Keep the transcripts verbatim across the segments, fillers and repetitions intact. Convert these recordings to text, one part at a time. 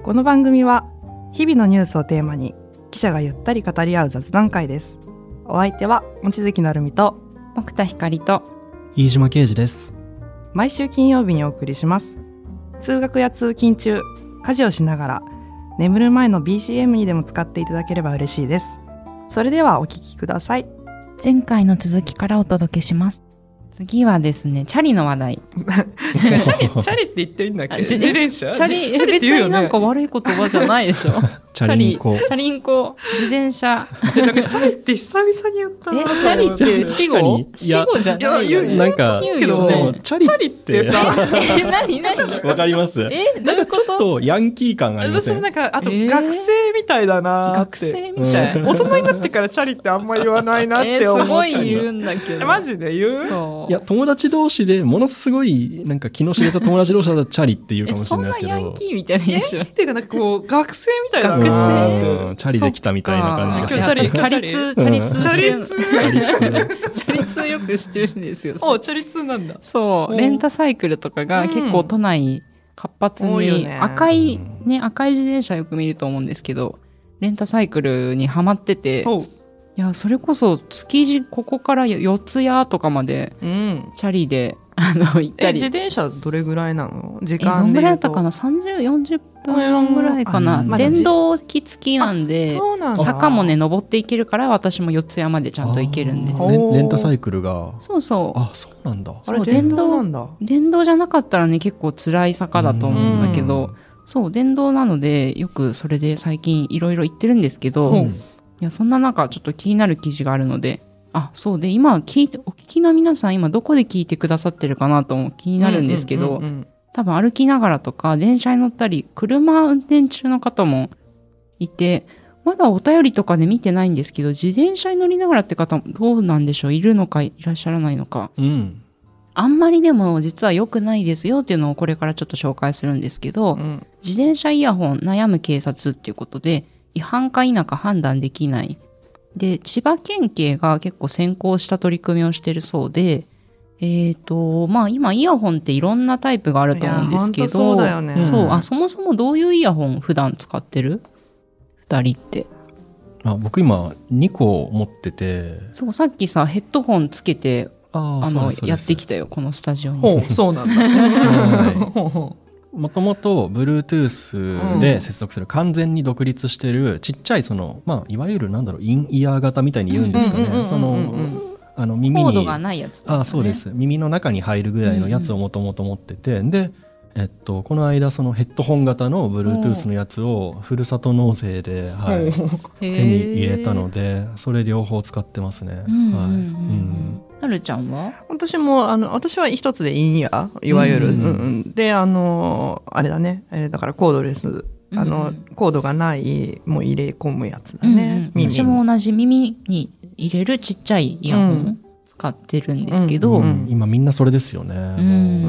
この番組は日々のニュースをテーマに記者がゆったり語り合う雑談会です。お相手は望月成美と奥田光と飯島啓二です。 毎週金曜日にお送りします。通学や通勤中、家事をしながら眠る前の ビージーエム にでも使っていただければ嬉しいです。それではお聞きください。 前回の続きからお届けします。次はですね、チャリの話題。 チャリ、チャリって言っていいんだっけ？自転車？ チャリ、チャリ別になんか悪い言葉じゃないでしょ。 チャリンコ。 チャリンコ、自転車。 チャリって久々に言ったな。 え、チャリって死語？死語じゃないよね。 なんか、 言うよね。 でもチャリってさ、 え、何何わかります？ え、どういうこと？ ちょっとヤンキー感ありません？ なんか、あと学生みたいだなって。 学生みたい。 大人になってからチャリってあんま言わないなって思った。 すごい言うんだけど。 マジで言う？ そう。 いや、友達同士でものすごいなんか気の知れた友達同士だったらチャリって言うかもしれないですけど。 そんなヤンキーみたいな印象。 ヤンキーっていうかなんかこう学生みたいだな。 学生。 チャリで来たみたいな感じがします。 チャリ通、チャリ通、 チャリ通、 チャリ通よくしてるんですよ。 お、チャリ通なんだ。 そう、レンタサイクルとかが結構都内活発に、ね、赤いね赤い自転車よく見ると思うんですけど、レンタサイクルにハマってて、いやそれこそ築地ここから四谷とかまでチャリで、うん、あの行ったり。 自転車どれぐらいなの？時間で言うと。え、どんぐらいだったかな？さんじゅう、よんじゅっぷんぐらいかな。電動機付きなんで、坂もね登っていけるから私も四谷までちゃんと行けるんです。 レンタサイクルが。 そうそう。 あ、そうなんだ。 あれ電動なんだ。 電動じゃなかったらね結構辛い坂だと思うんだけど、そう電動なのでよくそれで最近いろいろ行ってるんですけど、いやそんな中ちょっと気になる記事があるので、あ、そうで今聞いてお聞きの皆さん今どこで聞いてくださってるかなとも気になるんですけど、多分歩きながらとか電車に乗ったり車運転中の方もいて、まだお便りとかで見てないんですけど、自転車に乗りながらって方どうなんでしょう、いるのかいらっしゃらないのか、うん、あんまりでも実は良くないですよっていうのをこれからちょっと紹介するんですけど、うん、自転車イヤホン悩む警察っていうことで違反か否か判断できない。で、千葉県警が結構先行した取り組みをしてるそうで、えっと、まあ今イヤホンっていろんなタイプがあると思うんですけど、 そうだよね。 そう、あ、そもそもどういうイヤホン普段使ってる？二人って。 あ、僕今にこ持ってて。 そう、さっきさ、ヘッドホンつけて、あ, あの、やってきたよ、このスタジオに。 ほう、そうなんだ。はいもともと Bluetooth で接続する完全に独立してるちっちゃいその、まあ、いわゆるなんだろうインイヤー型みたいに言うんですかね。そのあの耳にコードがないやつだ、ね、 あ、そうです。耳の中に入るぐらいのやつをもともと持ってて、うん、で、えっと、この間そのヘッドホン型の Bluetooth のやつをふるさと納税で、はい、手に入れたのでそれ両方使ってますね。 なるちゃんは？ 私もあの私は一つでインイヤーいわゆる、うんうん、であのあれだね、えー、だからコードレスあの、うん、コードがないもう入れ込むやつだね、 うんうん、私も同じ耳に入れるちっちゃいイヤホン使ってるんですけど、うんうん、今みんなそれですよね、うん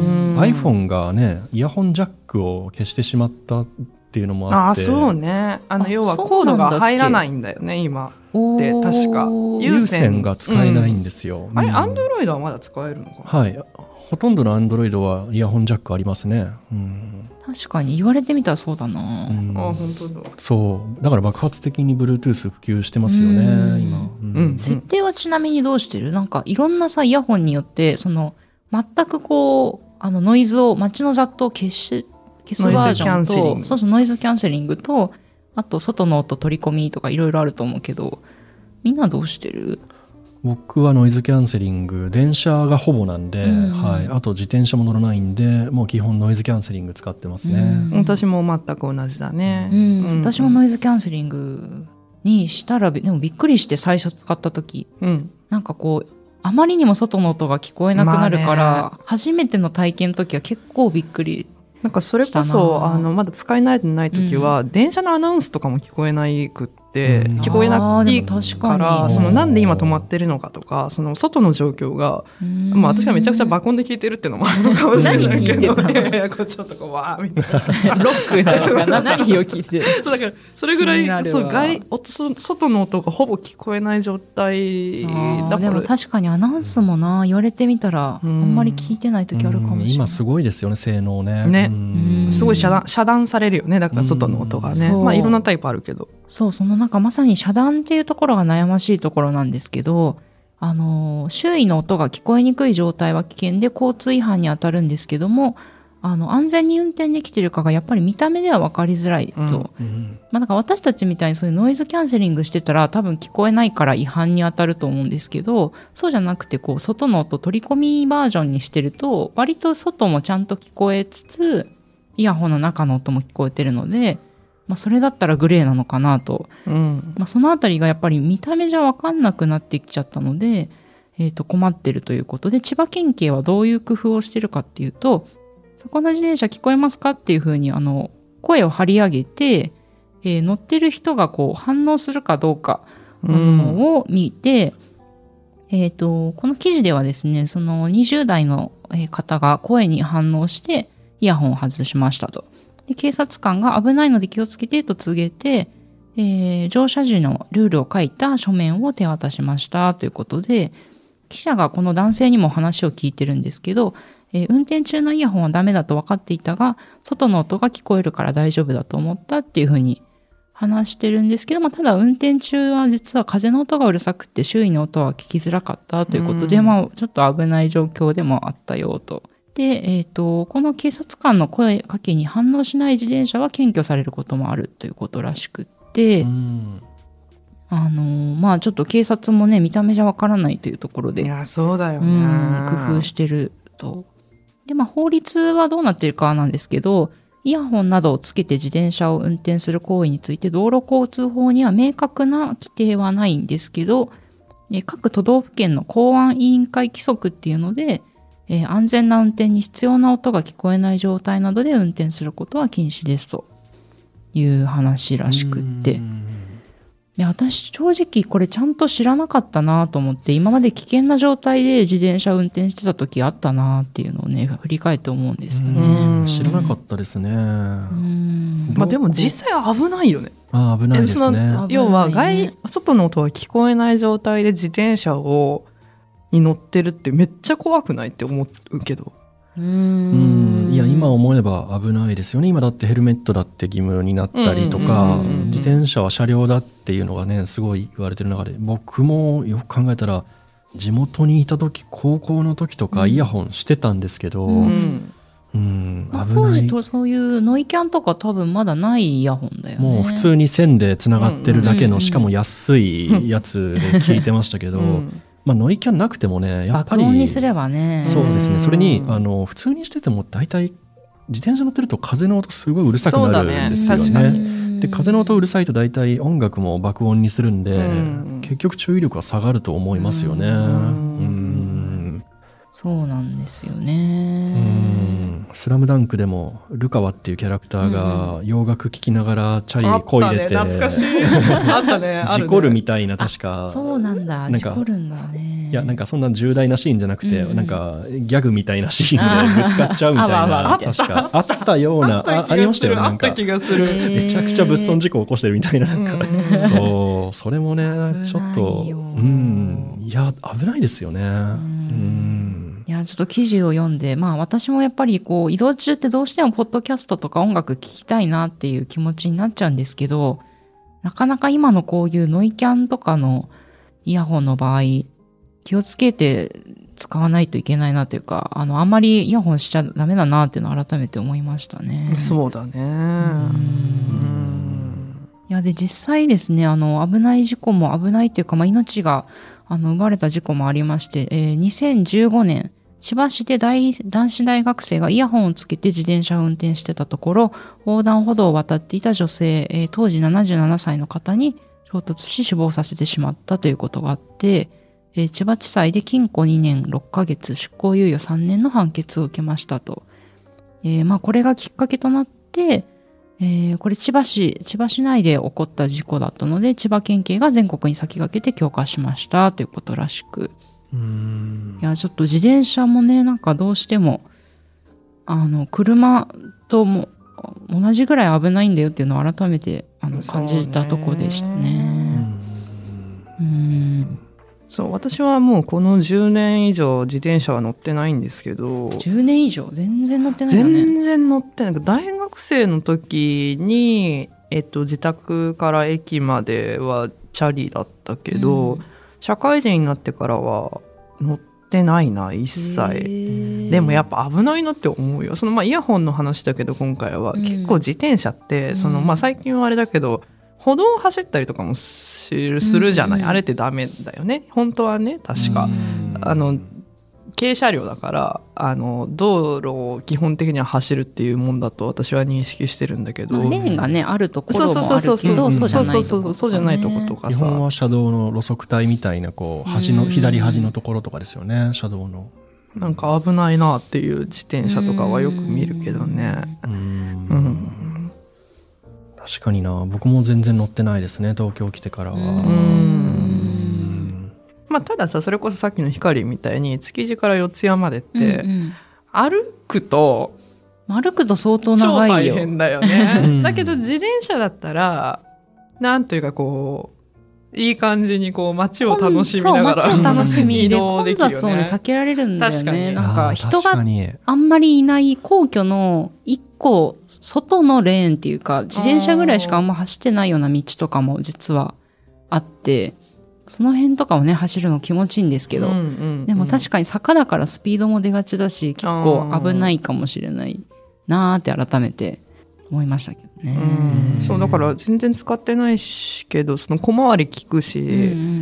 、iPhone がねイヤホンジャックを消してしまったっていうのもあって、 あ、そうね、あの要はコードが入らないんだよね今で、確か有線が使えないんですよ、 うん、あれ Android はまだ使えるのかな。 はい、ほとんどの Android はイヤホンジャックありますね、うん、 確かに言われてみたらそうだな、 うん、あ、本当だ。 そうだから爆発的に Bluetooth 普及してますよね、うん、今、 うんうん、設定はちなみにどうしてる？なんかいろんなさイヤホンによってその全くこうあのノイズを街の雑踏を消し消すバージョンと、そうそうノイズキャンセリングと、あと外の音取り込みとかいろいろあると思うけど、みんなどうしてる？ 僕はノイズキャンセリング、電車がほぼなんで、うん、はい、あと自転車も乗らないんでもう基本ノイズキャンセリング使ってますね、 うん、私も全く同じだね、 うんうん、私もノイズキャンセリングにしたらでもびっくりして最初使った時、うん、なんかこうあまりにも外の音が聞こえなくなるから、まあね、初めての体験の時は結構びっくり。 なんかそれこそあのまだ使い慣れてない時は、うん、電車のアナウンスとかも聞こえないくっって聞こえないから、 うん、 そのなんで今止まってるのかとか、その外の状況が、まあ、私がめちゃくちゃ爆音で聞いてるっていうのもあるのかもしれないけど、いやいやこうちょっとこうわーみたいなロックなのかな何を聞いてるそうだからそれぐらいそう外音外の音がほぼ聞こえない状態だから。 でも確かにアナウンスもな言われてみたらあんまり聞いてない時あるかもしれない。 今すごいですよね性能ね。 ねすごい遮断、遮断されるよね。だから外の音がね、まあいろんなタイプあるけど、 そうそのなんかまさに遮断っていうところが悩ましいところなんですけど、あの周囲の音が聞こえにくい状態は危険で交通違反に当たるんですけども、あの安全に運転できてるかがやっぱり見た目では分かりづらいと、うんうんまあ、だから私たちみたいにそういうノイズキャンセリングしてたら多分聞こえないから違反に当たると思うんですけど、そうじゃなくてこう外の音取り込みバージョンにしてると割と外もちゃんと聞こえつつイヤホンの中の音も聞こえてるので、まあ、それだったらグレーなのかなと、うんまあ、そのあたりがやっぱり見た目じゃ分かんなくなってきちゃったので、えーと困ってるということで、千葉県警はどういう工夫をしてるかっていうと、そこの自転車聞こえますかっていうふうにあの声を張り上げて、えー、乗ってる人がこう反応するかどうかのを見て、うん、えーとこの記事ではですね、そのにじゅう代の方が声に反応してイヤホンを外しましたと。で警察官が危ないので気をつけてと告げて、えー、乗車時のルールを書いた書面を手渡しましたということで、記者がこの男性にも話を聞いてるんですけど、えー、運転中のイヤホンはダメだと分かっていたが、外の音が聞こえるから大丈夫だと思ったっていうふうに話してるんですけど、まあ、ただ運転中は実は風の音がうるさくって周囲の音は聞きづらかったということで、まあ、ちょっと危ない状況でもあったよと。で、えっと、この警察官の声かけに反応しない自転車は検挙されることもあるということらしくって、うんあのまあちょっと警察もね見た目じゃわからないというところで、 いやそうだよね、 うん、工夫してると。でまあ法律はどうなってるかなんですけど、イヤホンなどをつけて自転車を運転する行為について道路交通法には明確な規定はないんですけど、え各都道府県の公安委員会規則っていうので、えー、安全な運転に必要な音が聞こえない状態などで運転することは禁止ですという話らしくって、いや私正直これちゃんと知らなかったなと思って、今まで危険な状態で自転車運転してた時あったなっていうのをね振り返って思うんですよね。 うん知らなかったですね。 うんまあ、でも実際危ないよね。 あ危ないですね。 要は外外の音が聞こえない状態で自転車をに乗ってるってめっちゃ怖くないって思うけど、 うーんいや今思えば危ないですよね。今だってヘルメットだって義務になったりとか、自転車は車両だっていうのがねすごい言われてる中で、僕もよく考えたら地元にいた時高校の時とかイヤホンしてたんですけど、うんうんまあ、当時とそういうノイキャンとか多分まだないイヤホンだよね。 もう普通に線でつながってるだけの、うんうん、しかも安いやつで聞いてましたけど、うんまあ、ノイキャンなくてもねやっぱり爆音にすればね。 そうですね。それにあの普通にしてても大体自転車乗ってると風の音すごいうるさくなるんですよ ね, ねで風の音うるさいと大体音楽も爆音にするんで、ん結局注意力は下がると思いますよね。うんうんそうなんですよね。 うんスラムダンクでもルカワっていうキャラクターが洋楽聴きながらチャリこいでて、 あったね懐かしいあったね事故るみたいな確かそうなんだなんか事故るんだね。 いやなんかそんな重大なシーンじゃなくて、うんうん、なんかギャグみたいなシーンでぶつかっちゃうみたいな確かあったような あ, ありましたよね。なんかあった気がするめちゃくちゃ物損事故起こしてるみたいななんかそうそれもねちょっとうんいや危ないですよね。うんいやちょっと記事を読んで、まあ私もやっぱりこう移動中ってどうしてもポッドキャストとか音楽聴きたいなっていう気持ちになっちゃうんですけど、なかなか今のこういうノイキャンとかのイヤホンの場合気をつけて使わないといけないなというか、あのあんまりイヤホンしちゃダメだなっていうのを改めて思いましたね。 そうだね。うんうんいやで実際ですね、あの危ない事故も危ないというか、まあ、命があの奪われた事故もありまして、えー、にせんじゅうごねん千葉市で大男子大学生がイヤホンをつけて自転車を運転してたところ、横断歩道を渡っていた女性、えー、当時ななじゅうななさいの方に衝突し死亡させてしまったということがあって、えー、千葉地裁で禁錮にねんろっかげつ執行猶予さんねんの判決を受けましたと。えー、まあこれがきっかけとなって、 えー、これ千葉市、千葉市内で起こった事故だったので、千葉県警が全国に先駆けて強化しましたということらしく。 うーん。 いや、ちょっと自転車もね、なんかどうしても、あの、車とも同じぐらい危ないんだよっていうのを改めてあの感じたとこでしたね。うーん。 そう、私はもうこのじゅうねん以上自転車は乗ってないんですけど、 じゅうねん以上全然乗ってないよね。 全然乗ってない。大学生の時に、えっと、自宅から駅まではチャリだったけど、うん、社会人になってからは乗ってないな、一切。でもやっぱ危ないなって思うよ。そのまあイヤホンの話だけど今回は、うん、結構自転車って、そのまあ最近はあれだけど、歩道を走ったりとかもするじゃない、うんうん、あれってダメだよね本当はね。確かあの軽車両だからあの道路を基本的には走るっていうもんだと私は認識してるんだけど、 まあ、レーンがねあるところもあるけどそうじゃないとことかさ、 基本は車道の路側帯みたいなこう端の左端のところとかですよね。車道のなんか危ないなっていう自転車とかはよく見るけどね。うん、うん確かにな、僕も全然乗ってないですね、東京来てからは。うーん、まあ、たださ、それこそさっきの光みたいに築地から四谷までって、うんうん、歩くと歩くと相当長いよ。 超大変だよねだけど自転車だったらなんというかこういい感じにこう街を楽しみながらそう街を楽しみ移動できるよね。 混雑を、ね、避けられるんだよね。 確かになんか人があんまりいない皇居の一個外のレーンっていうか自転車ぐらいしかあんま走ってないような道とかも実はあって、その辺とかをね走るの気持ちいいんですけど、うんうんうん、でも確かに坂だからスピードも出がちだし結構危ないかもしれないなーって改めて思いましたけどね。 うん、そうだから全然使ってないしけどその小回り効くし、うんうん、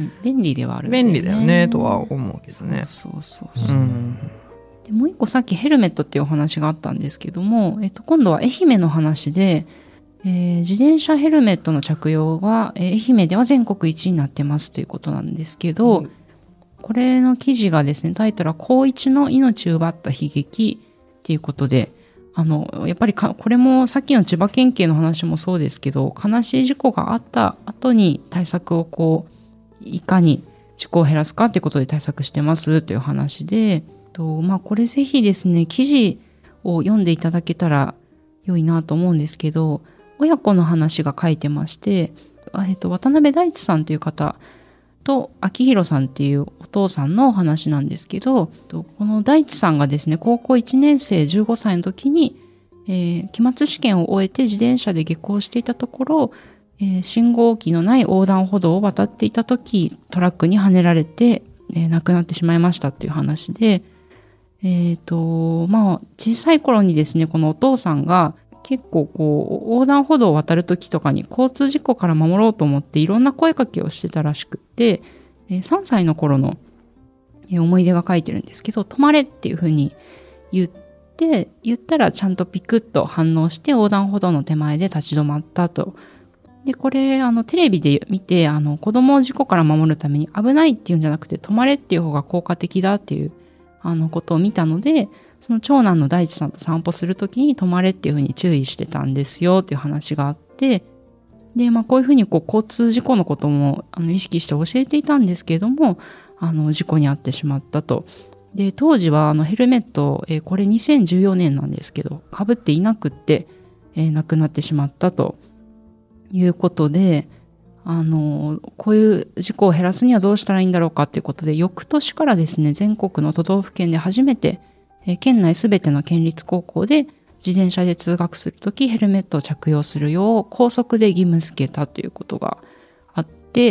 便利ではあるんだよね。 便利だよねとは思うけどね。 そうそうそうそう、うん、でもう一個さっきヘルメットっていうお話があったんですけども、えっと、今度は愛媛の話で、えー、自転車ヘルメットの着用が、えー、愛媛では全国一になってますということなんですけど、うん、これの記事がですねタイトルは高一の命奪った悲劇っていうことで、あのやっぱりかこれもさっきの千葉県警の話もそうですけど、悲しい事故があった後に対策をこういかに事故を減らすかということで対策してますという話で、とまあ、これぜひですね記事を読んでいただけたら良いなと思うんですけど、親子の話が書いてまして、えっと、渡辺大地さんという方と秋広さんっていうお父さんのお話なんですけど、この大地さんがですね高校いちねん生じゅうごさいの時に、えー、期末試験を終えて自転車で下校していたところ、えー、信号機のない横断歩道を渡っていた時トラックにはねられて、えー、亡くなってしまいましたっていう話で、えっとまあ小さい頃にですねこのお父さんが結構こう横断歩道を渡るときとかに交通事故から守ろうと思っていろんな声かけをしてたらしくって、さんさいの頃の思い出が書いてるんですけど、止まれっていうふうに言って言ったらちゃんとピクッと反応して横断歩道の手前で立ち止まったと。でこれあのテレビで見てあの子供を事故から守るために危ないっていうんじゃなくて止まれっていう方が効果的だっていうあのことを見たので、その長男の大地さんと散歩するときに止まれっていうふうに注意してたんですよっていう話があって、で、まあこういうふうにこう交通事故のこともあの意識して教えていたんですけれども、あの事故に遭ってしまったと。で、当時はあのヘルメット、えー、これにせんじゅうよねんなんですけど、被っていなくって、えー、亡くなってしまったということで、あの、こういう事故を減らすにはどうしたらいいんだろうかっていうことで、翌年からですね、全国の都道府県で初めて県内すべての県立高校で自転車で通学するときヘルメットを着用するよう校則で義務付けたということがあって、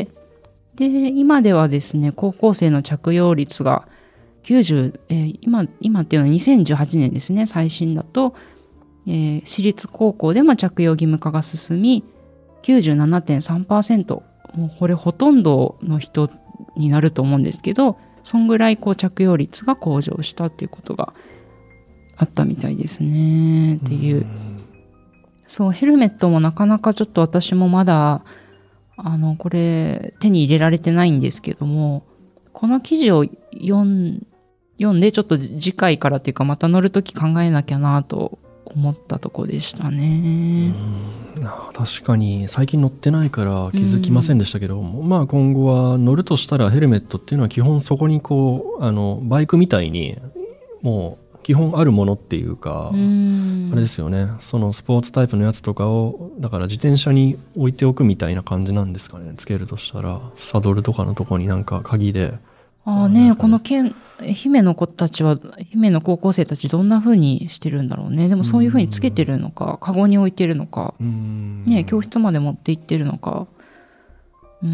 で、今ではですね、高校生の着用率がきゅうじゅう、えー、今、今っていうのはにせんじゅうはちねんですね、最新だと、えー、私立高校でも着用義務化が進み、きゅうじゅうななてんさんパーセント、もうこれほとんどの人になると思うんですけど、そんぐらいこう着用率が向上したっていうことがあったみたいですねっていう。うそう、ヘルメットもなかなかちょっと私もまだあのこれ手に入れられてないんですけども、この記事を読ん、読んでちょっと次回からっていうかまた乗るとき考えなきゃなと思ったとこでしたね。 うん、確かに最近乗ってないから気づきませんでしたけど、うん、まあ今後は乗るとしたらヘルメットっていうのは基本そこにこうあのバイクみたいにもう基本あるものっていうか、うん、あれですよね、そのスポーツタイプのやつとかをだから自転車に置いておくみたいな感じなんですかね。つけるとしたらサドルとかのとこになんか鍵で、 ああね、この県愛媛の子たちは愛媛の高校生たちどんな風にしてるんだろうね。でもそういう風につけてるのか、カゴに置いてるのか、ね、教室まで持って行ってるのか、うん、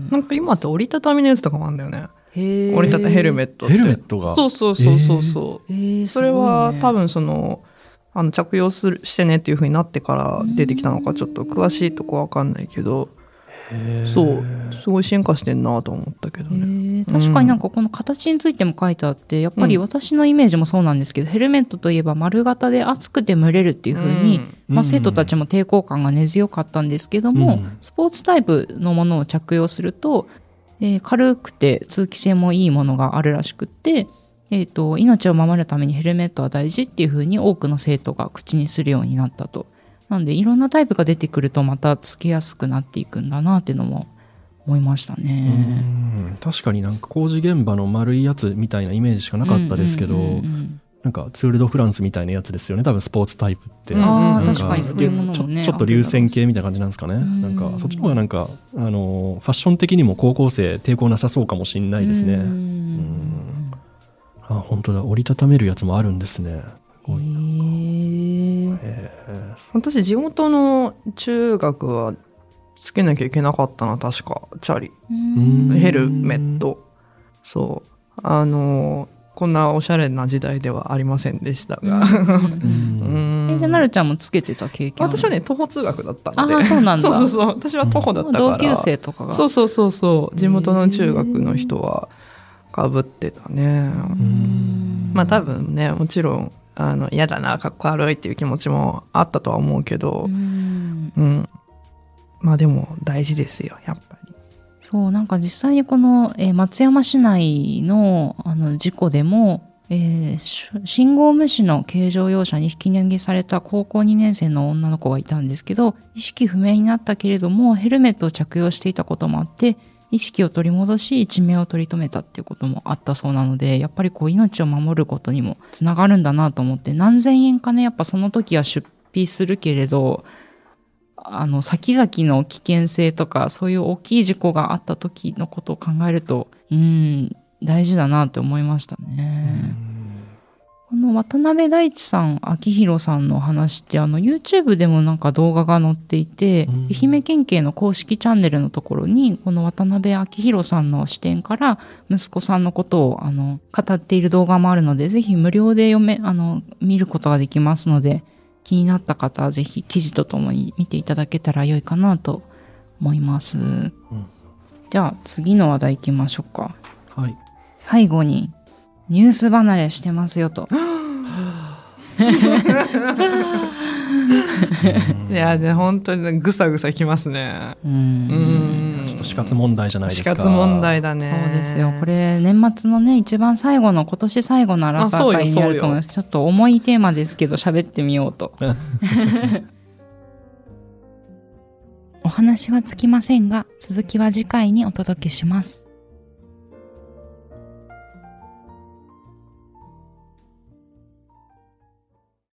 なんか今って折りたたみのやつとかもあるんだよね。 へ折りたたみヘルメットってヘルメットがそうそうそうそうそう、 えー、 それは多分そのあの着用するしてねっていう風になってから出てきたのかちょっと詳しいとこわかんないけど、そうすごい進化してんなと思ったけどね。 確かになんかこの形についても書いてあって、やっぱり私のイメージもそうなんですけど、うん、ヘルメットといえば丸型で厚くて蒸れるっていう風に、うんまあ、生徒たちも抵抗感が根強かったんですけども、うん、スポーツタイプのものを着用すると、えー、軽くて通気性もいいものがあるらしくって、えーと、命を守るためにヘルメットは大事っていう風に多くの生徒が口にするようになったと。なんでいろんなタイプが出てくるとまたつけやすくなっていくんだなっていうのも思いましたね。 うん、確かになんか工事現場の丸いやつみたいなイメージしかなかったですけど、うんうんうんうん、なんかツール・ド・フランスみたいなやつですよね、多分スポーツタイプって。 ああ、確かにそういうものもね、 ちょっと流線形みたいな感じなんですかね。なんかそっちの方がなんかあのファッション的にも高校生抵抗なさそうかもしれないですね。うんうん、あ、本当だ、折りたためるやつもあるんですね。 へーへー私地元の中学はつけなきゃいけなかったな、確かチャリヘルメット。そうあのこんなおしゃれな時代ではありませんでしたが、 うんえじゃあなるちゃんもつけてた経験？ 私はね徒歩通学だったので。 あ、そうなんだ。 そうそうそう、私は徒歩だったから、うん、 同級生とかがそうそうそうそう、地元の中学の人はかぶってたね。うんまあ多分ね、もちろんあの嫌だなかっこ悪いっていう気持ちもあったとは思うけど、うん、うん、まあでも大事ですよやっぱり。 そうなんか実際にこの、えー、松山市内 の, あの事故でも、えー、信号無視の軽乗用車にひき逃げされた高校にねん生の女の子がいたんですけど、意識不明になったけれどもヘルメットを着用していたこともあって意識を取り戻し一命を取り留めたっていうこともあったそうなので、やっぱりこう命を守ることにもつながるんだなと思って、何千円かねやっぱその時は出費するけれど、あの先々の危険性とかそういう大きい事故があった時のことを考えると、うん大事だなって思いましたね。この渡辺大地さん、秋広さんの話ってあの YouTube でもなんか動画が載っていて、愛媛県警の公式チャンネルのところにこの渡辺秋広さんの視点から息子さんのことをあの語っている動画もあるので、ぜひ無料で読めあの見ることができますので、気になった方はぜひ記事とともに見ていただけたら良いかなと思います、うん、じゃあ次の話題行きましょうか。 はい。 最後にニュース離れしてますよといやね、本当にぐさぐさきますね。うんうんちょっと死活問題じゃないですか。 死活問題だね。 そうですよ。これ年末のね一番最後の今年最後のアラサー会になると思います。ちょっと重いテーマですけど喋ってみようとお話はつきませんが続きは次回にお届けします。